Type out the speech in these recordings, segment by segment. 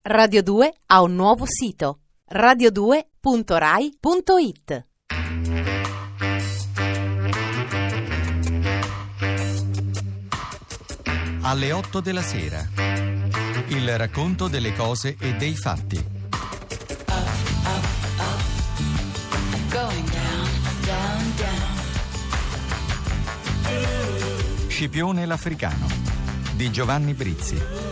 Radio 2 ha un nuovo sito: radio2.rai.it. Alle 8 della sera. Il racconto delle cose e dei fatti. Scipione l'Africano di Giovanni Brizzi.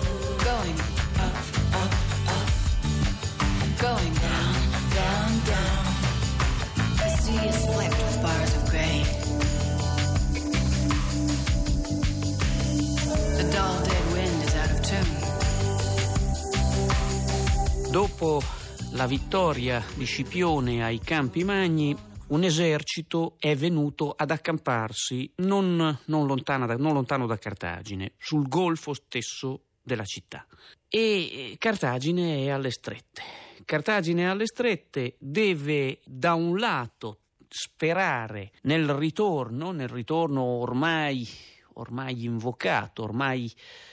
Dopo la vittoria di Scipione ai Campi Magni, un esercito è venuto ad accamparsi non lontano da Cartagine, sul golfo stesso della città. E Cartagine è alle strette. Cartagine è alle strette, deve da un lato sperare nel ritorno ormai invocato, ormai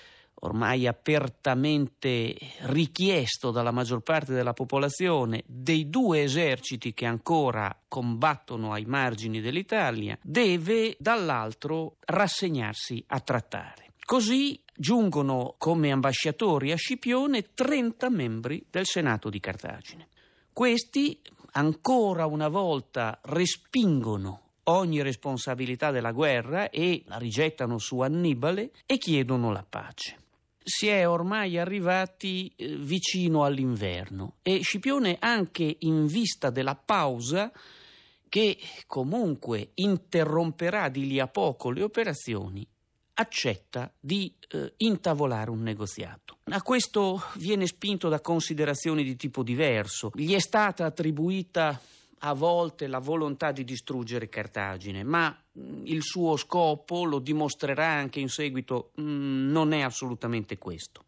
apertamente richiesto dalla maggior parte della popolazione, dei due eserciti che ancora combattono ai margini dell'Italia, deve dall'altro rassegnarsi a trattare. Così giungono come ambasciatori a Scipione 30 membri del Senato di Cartagine. Questi ancora una volta respingono ogni responsabilità della guerra e la rigettano su Annibale e chiedono la pace. Si è ormai arrivati vicino all'inverno e Scipione, anche in vista della pausa che comunque interromperà di lì a poco le operazioni, accetta di intavolare un negoziato. A questo viene spinto da considerazioni di tipo diverso. Gli è stata attribuita a volte la volontà di distruggere Cartagine, ma il suo scopo, lo dimostrerà anche in seguito, non è assolutamente questo.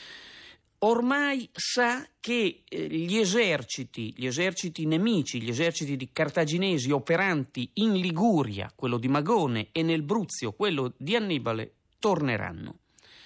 Ormai sa che gli eserciti nemici, gli eserciti di cartaginesi operanti in Liguria, quello di Magone, e nel Bruzio, quello di Annibale, torneranno.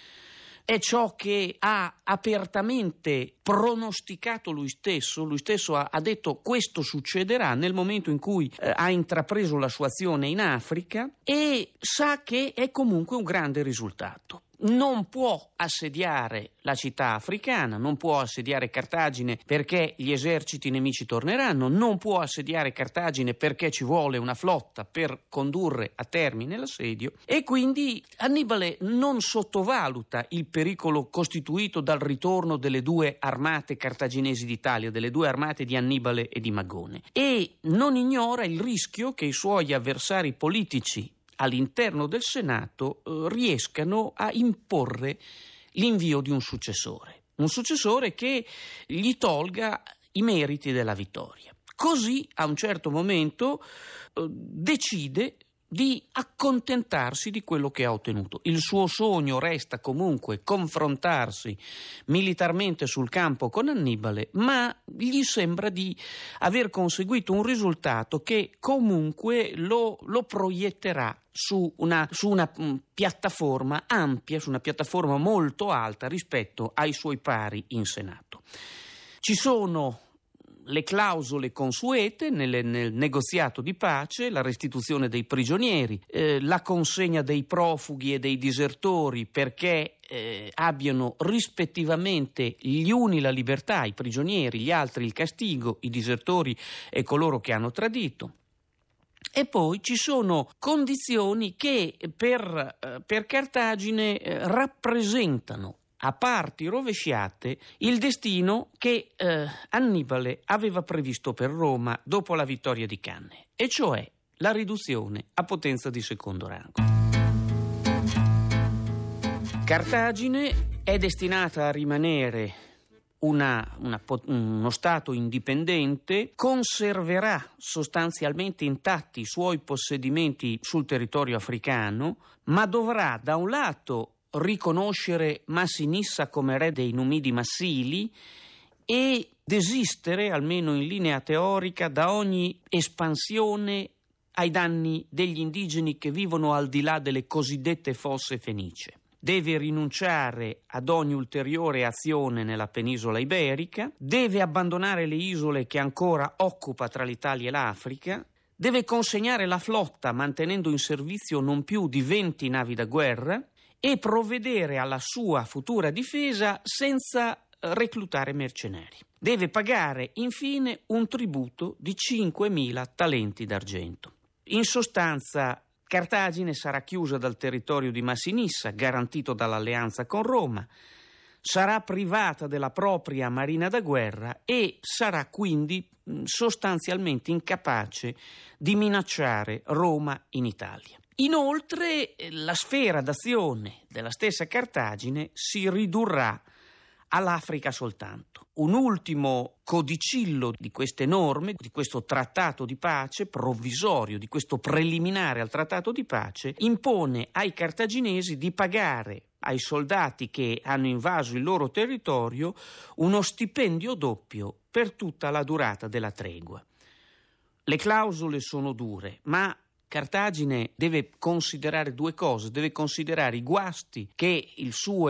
È ciò che ha apertamente pronosticato lui stesso ha detto questo succederà nel momento in cui ha intrapreso la sua azione in Africa, e sa che è comunque un grande risultato. Non può assediare la città africana, non può assediare Cartagine perché gli eserciti nemici torneranno, non può assediare Cartagine perché ci vuole una flotta per condurre a termine l'assedio, e quindi Annibale non sottovaluta il pericolo costituito dal ritorno delle due armate cartaginesi d'Italia, delle due armate di Annibale e di Magone, e non ignora il rischio che i suoi avversari politici all'interno del Senato riescano a imporre l'invio di un successore che gli tolga i meriti della vittoria. Così a un certo momento decide di accontentarsi di quello che ha ottenuto. Il suo sogno resta comunque confrontarsi militarmente sul campo con Annibale, ma gli sembra di aver conseguito un risultato che comunque lo proietterà su una piattaforma ampia, su una piattaforma molto alta rispetto ai suoi pari in Senato. Ci sono le clausole consuete nel negoziato di pace, la restituzione dei prigionieri, la consegna dei profughi e dei disertori perché abbiano rispettivamente gli uni la libertà, i prigionieri, gli altri il castigo, i disertori e coloro che hanno tradito. E poi ci sono condizioni che per Cartagine rappresentano a parti rovesciate il destino che Annibale aveva previsto per Roma dopo la vittoria di Canne, e cioè la riduzione a potenza di secondo rango. Cartagine è destinata a rimanere uno Stato indipendente, conserverà sostanzialmente intatti i suoi possedimenti sul territorio africano, ma dovrà da un lato riconoscere Massinissa come re dei Numidi Massili e desistere, almeno in linea teorica, da ogni espansione ai danni degli indigeni che vivono al di là delle cosiddette fosse fenicie. deve rinunciare ad ogni ulteriore azione nella penisola iberica, deve abbandonare le isole che ancora occupa tra l'Italia e l'Africa, deve consegnare la flotta mantenendo in servizio non più di 20 navi da guerra e provvedere alla sua futura difesa senza reclutare mercenari. Deve pagare infine un tributo di 5.000 talenti d'argento. In sostanza, Cartagine sarà chiusa dal territorio di Massinissa, garantito dall'alleanza con Roma, sarà privata della propria marina da guerra e sarà quindi sostanzialmente incapace di minacciare Roma in Italia. Inoltre, la sfera d'azione della stessa Cartagine si ridurrà all'Africa soltanto. Un ultimo codicillo di queste norme, di questo trattato di pace provvisorio, di questo preliminare al trattato di pace, impone ai cartaginesi di pagare ai soldati che hanno invaso il loro territorio uno stipendio doppio per tutta la durata della tregua. Le clausole sono dure, ma Cartagine deve considerare due cose: deve considerare i guasti che i suoi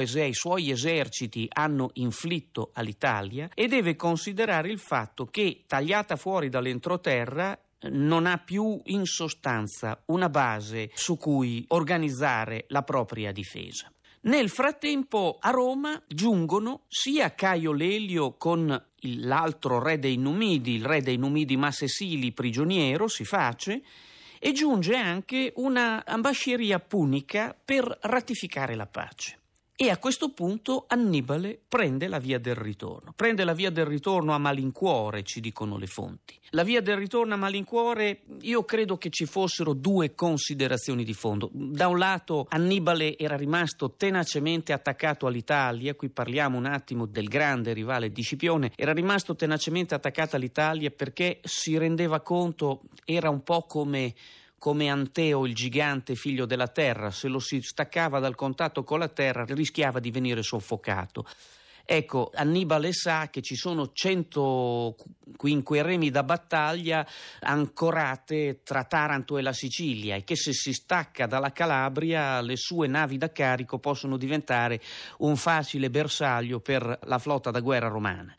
eserciti hanno inflitto all'Italia e deve considerare il fatto che, tagliata fuori dall'entroterra, non ha più in sostanza una base su cui organizzare la propria difesa. Nel frattempo a Roma giungono sia Caio Lelio con l'altro re dei Numidi, il re dei Numidi Massesili prigioniero, si face, e giunge anche una ambasceria punica per ratificare la pace. E a questo punto Annibale prende la via del ritorno. Prende la via del ritorno a malincuore, ci dicono le fonti. La via del ritorno a malincuore, io credo che ci fossero due considerazioni di fondo. Da un lato, Annibale era rimasto tenacemente attaccato all'Italia, qui parliamo un attimo del grande rivale di Scipione, era rimasto tenacemente attaccato all'Italia perché si rendeva conto, era un po' come Anteo, il gigante figlio della terra, se lo si staccava dal contatto con la terra rischiava di venire soffocato. Ecco, Annibale sa che ci sono 100 quinqueremi da battaglia ancorate tra Taranto e la Sicilia e che se si stacca dalla Calabria le sue navi da carico possono diventare un facile bersaglio per la flotta da guerra romana.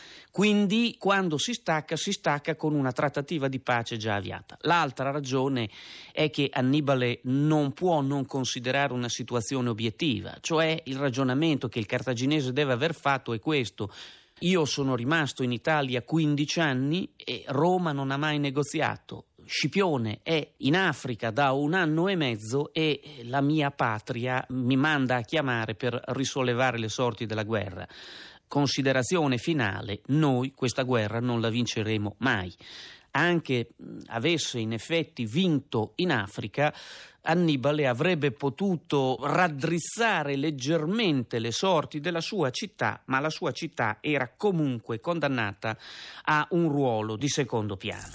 Quindi quando si stacca con una trattativa di pace già avviata. L'altra ragione è che Annibale non può non considerare una situazione obiettiva, cioè il ragionamento che il cartaginese deve aver fatto è questo: io sono rimasto in Italia 15 anni e Roma non ha mai negoziato. Scipione è in Africa da 1 anno e mezzo e la mia patria mi manda a chiamare per risollevare le sorti della guerra. Considerazione finale: noi questa guerra non la vinceremo mai. Anche avesse in effetti vinto in Africa, Annibale avrebbe potuto raddrizzare leggermente le sorti della sua città, ma la sua città era comunque condannata a un ruolo di secondo piano.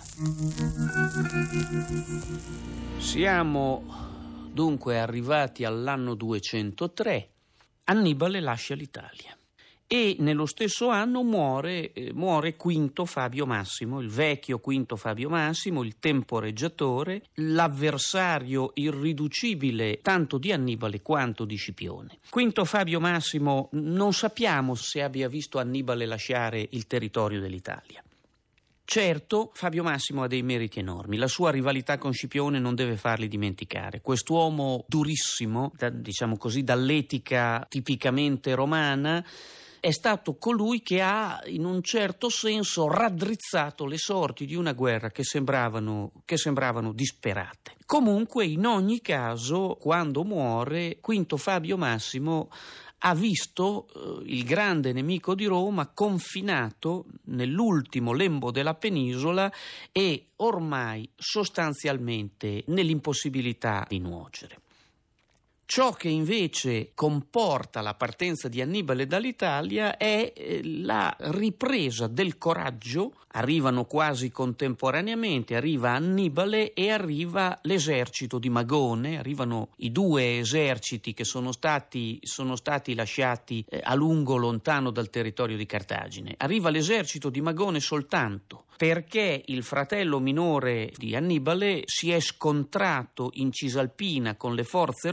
Siamo dunque arrivati all'anno 203. Annibale lascia l'Italia. E nello stesso anno muore Quinto Fabio Massimo, il vecchio Quinto Fabio Massimo, il temporeggiatore, l'avversario irriducibile tanto di Annibale quanto di Scipione. Quinto Fabio Massimo non sappiamo se abbia visto Annibale lasciare il territorio dell'Italia. Certo, Fabio Massimo ha dei meriti enormi, la sua rivalità con Scipione non deve farli dimenticare. Quest'uomo durissimo, diciamo così, dall'etica tipicamente romana, è stato colui che ha in un certo senso raddrizzato le sorti di una guerra che sembravano disperate. Comunque, in ogni caso, quando muore, Quinto Fabio Massimo ha visto il grande nemico di Roma confinato nell'ultimo lembo della penisola e ormai sostanzialmente nell'impossibilità di nuocere. Ciò che invece comporta la partenza di Annibale dall'Italia è la ripresa del coraggio. Arrivano quasi contemporaneamente, arriva Annibale e arriva l'esercito di Magone, arrivano i 2 eserciti che sono stati lasciati a lungo lontano dal territorio di Cartagine. Arriva l'esercito di Magone soltanto perché il fratello minore di Annibale si è scontrato in Cisalpina con le forze romane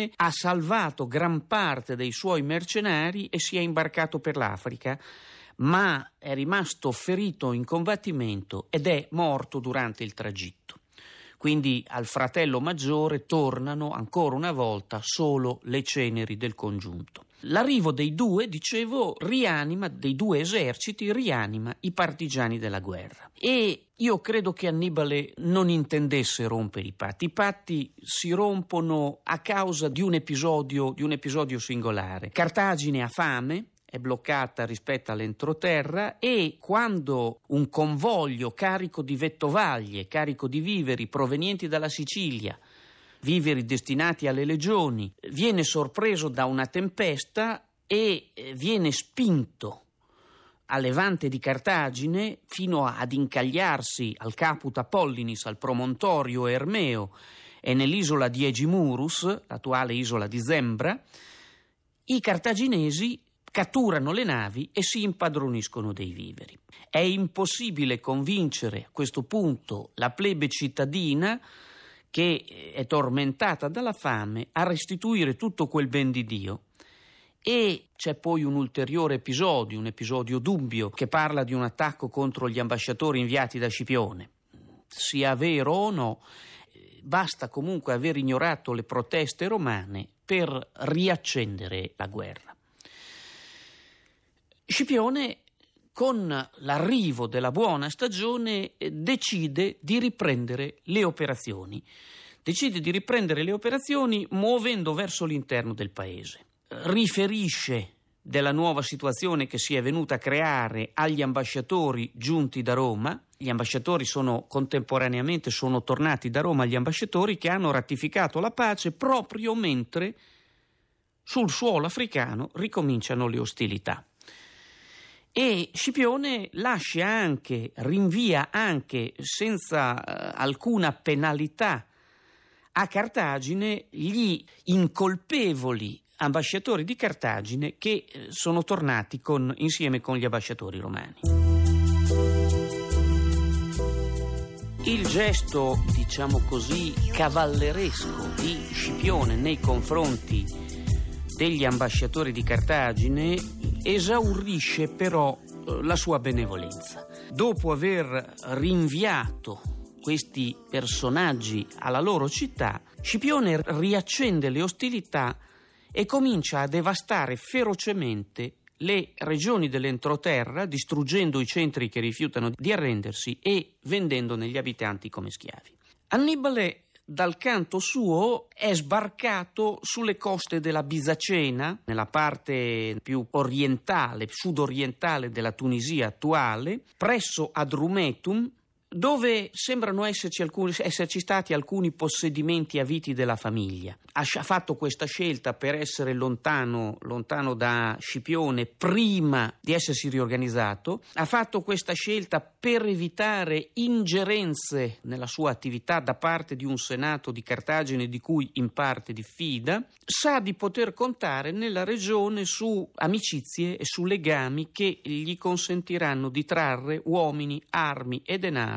Scipione ha salvato gran parte dei suoi mercenari e si è imbarcato per l'Africa, ma è rimasto ferito in combattimento ed è morto durante il tragitto. Quindi al fratello maggiore tornano ancora una volta solo le ceneri del congiunto. L'arrivo dei due, dicevo, dei due eserciti rianima i partigiani della guerra. E io credo che Annibale non intendesse rompere i patti. I patti si rompono a causa di un episodio singolare. Cartagine ha fame, è bloccata rispetto all'entroterra, e quando un convoglio carico di vettovaglie, carico di viveri provenienti dalla Sicilia, viveri destinati alle legioni, viene sorpreso da una tempesta e viene spinto a levante di Cartagine fino ad incagliarsi al Caput Apollinis, al promontorio Ermeo e nell'isola di Egimurus, l'attuale isola di Zembra, i cartaginesi catturano le navi e si impadroniscono dei viveri. È impossibile convincere a questo punto la plebe cittadina, che è tormentata dalla fame, a restituire tutto quel ben di Dio. E c'è poi un ulteriore episodio, un episodio dubbio, che parla di un attacco contro gli ambasciatori inviati da Scipione. Sia vero o no, basta comunque aver ignorato le proteste romane per riaccendere la guerra. Scipione, con l'arrivo della buona stagione, decide di riprendere le operazioni. Muovendo verso l'interno del paese. Riferisce della nuova situazione che si è venuta a creare agli ambasciatori giunti da Roma. Gli ambasciatori sono tornati da Roma gli ambasciatori che hanno ratificato la pace proprio mentre sul suolo africano ricominciano le ostilità. E Scipione rinvia anche senza alcuna penalità a Cartagine gli incolpevoli ambasciatori di Cartagine che sono tornati insieme con gli ambasciatori romani. Il gesto, diciamo così, cavalleresco di Scipione nei confronti degli ambasciatori di Cartagine esaurisce però la sua benevolenza. Dopo aver rinviato questi personaggi alla loro città, Scipione riaccende le ostilità e comincia a devastare ferocemente le regioni dell'entroterra, distruggendo i centri che rifiutano di arrendersi e vendendone gli abitanti come schiavi. Annibale, dal canto suo, è sbarcato sulle coste della Bizacena, nella parte più orientale, sudorientale della Tunisia attuale, presso Adrumetum, dove sembrano esserci stati alcuni possedimenti aviti della famiglia. Ha fatto questa scelta per essere lontano da Scipione prima di essersi riorganizzato. Ha fatto questa scelta per evitare ingerenze nella sua attività da parte di un senato di Cartagine di cui in parte diffida. Sa di poter contare nella regione su amicizie e su legami che gli consentiranno di trarre uomini, armi e denaro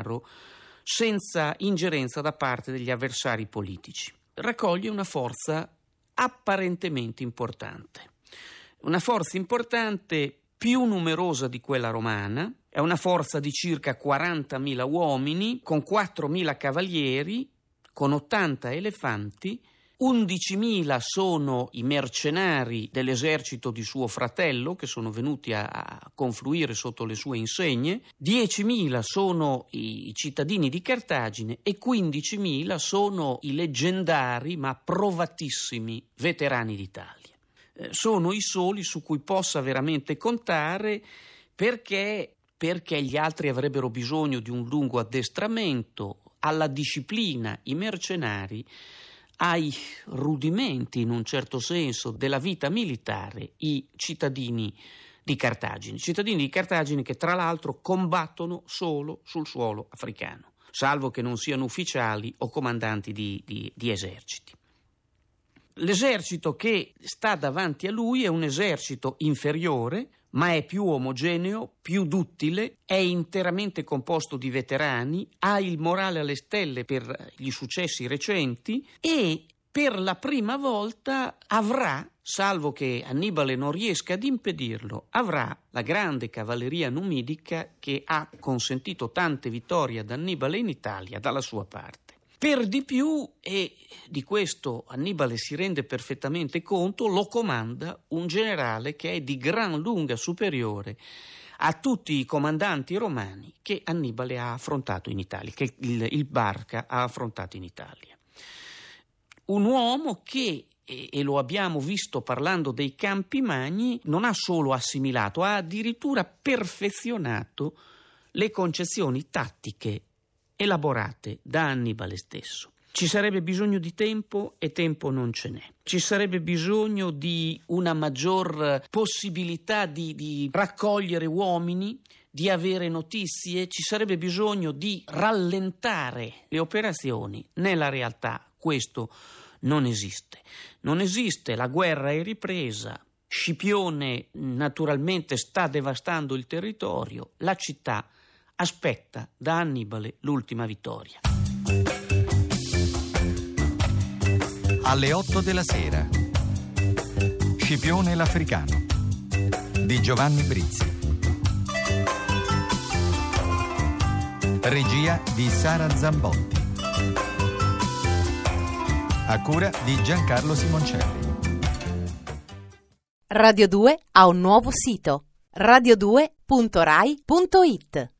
senza ingerenza da parte degli avversari politici. Raccoglie una forza apparentemente importante. Una forza importante più numerosa di quella romana, è una forza di circa 40.000 uomini, con 4.000 cavalieri, con 80 elefanti, 11.000 sono i mercenari dell'esercito di suo fratello che sono venuti a confluire sotto le sue insegne, 10.000 sono i cittadini di Cartagine e 15.000 sono i leggendari ma provatissimi veterani d'Italia. Sono i soli su cui possa veramente contare perché gli altri avrebbero bisogno di un lungo addestramento, alla disciplina, i mercenari, ai rudimenti in un certo senso della vita militare, i cittadini di Cartagine che tra l'altro combattono solo sul suolo africano, salvo che non siano ufficiali o comandanti di eserciti. L'esercito che sta davanti a lui è un esercito inferiore, ma è più omogeneo, più duttile, è interamente composto di veterani, ha il morale alle stelle per gli successi recenti e per la prima volta avrà, salvo che Annibale non riesca ad impedirlo, avrà la grande cavalleria numidica che ha consentito tante vittorie ad Annibale in Italia dalla sua parte. Per di più, e di questo Annibale si rende perfettamente conto, lo comanda un generale che è di gran lunga superiore a tutti i comandanti romani che Annibale ha affrontato in Italia, che il Barca ha affrontato in Italia. Un uomo che, e lo abbiamo visto parlando dei Campi Magni, non ha solo assimilato, ha addirittura perfezionato le concezioni tattiche elaborate da Annibale stesso. Ci sarebbe bisogno di tempo e tempo non ce n'è. Ci sarebbe bisogno di una maggior possibilità di raccogliere uomini, di avere notizie, ci sarebbe bisogno di rallentare le operazioni. Nella realtà questo non esiste. Non esiste, la guerra è ripresa, Scipione naturalmente sta devastando il territorio, la città aspetta da Annibale l'ultima vittoria. Alle 8 della sera. Scipione l'Africano di Giovanni Brizzi. Regia di Sara Zambotti. A cura di Giancarlo Simoncelli. Radio 2 ha un nuovo sito: radio2.rai.it.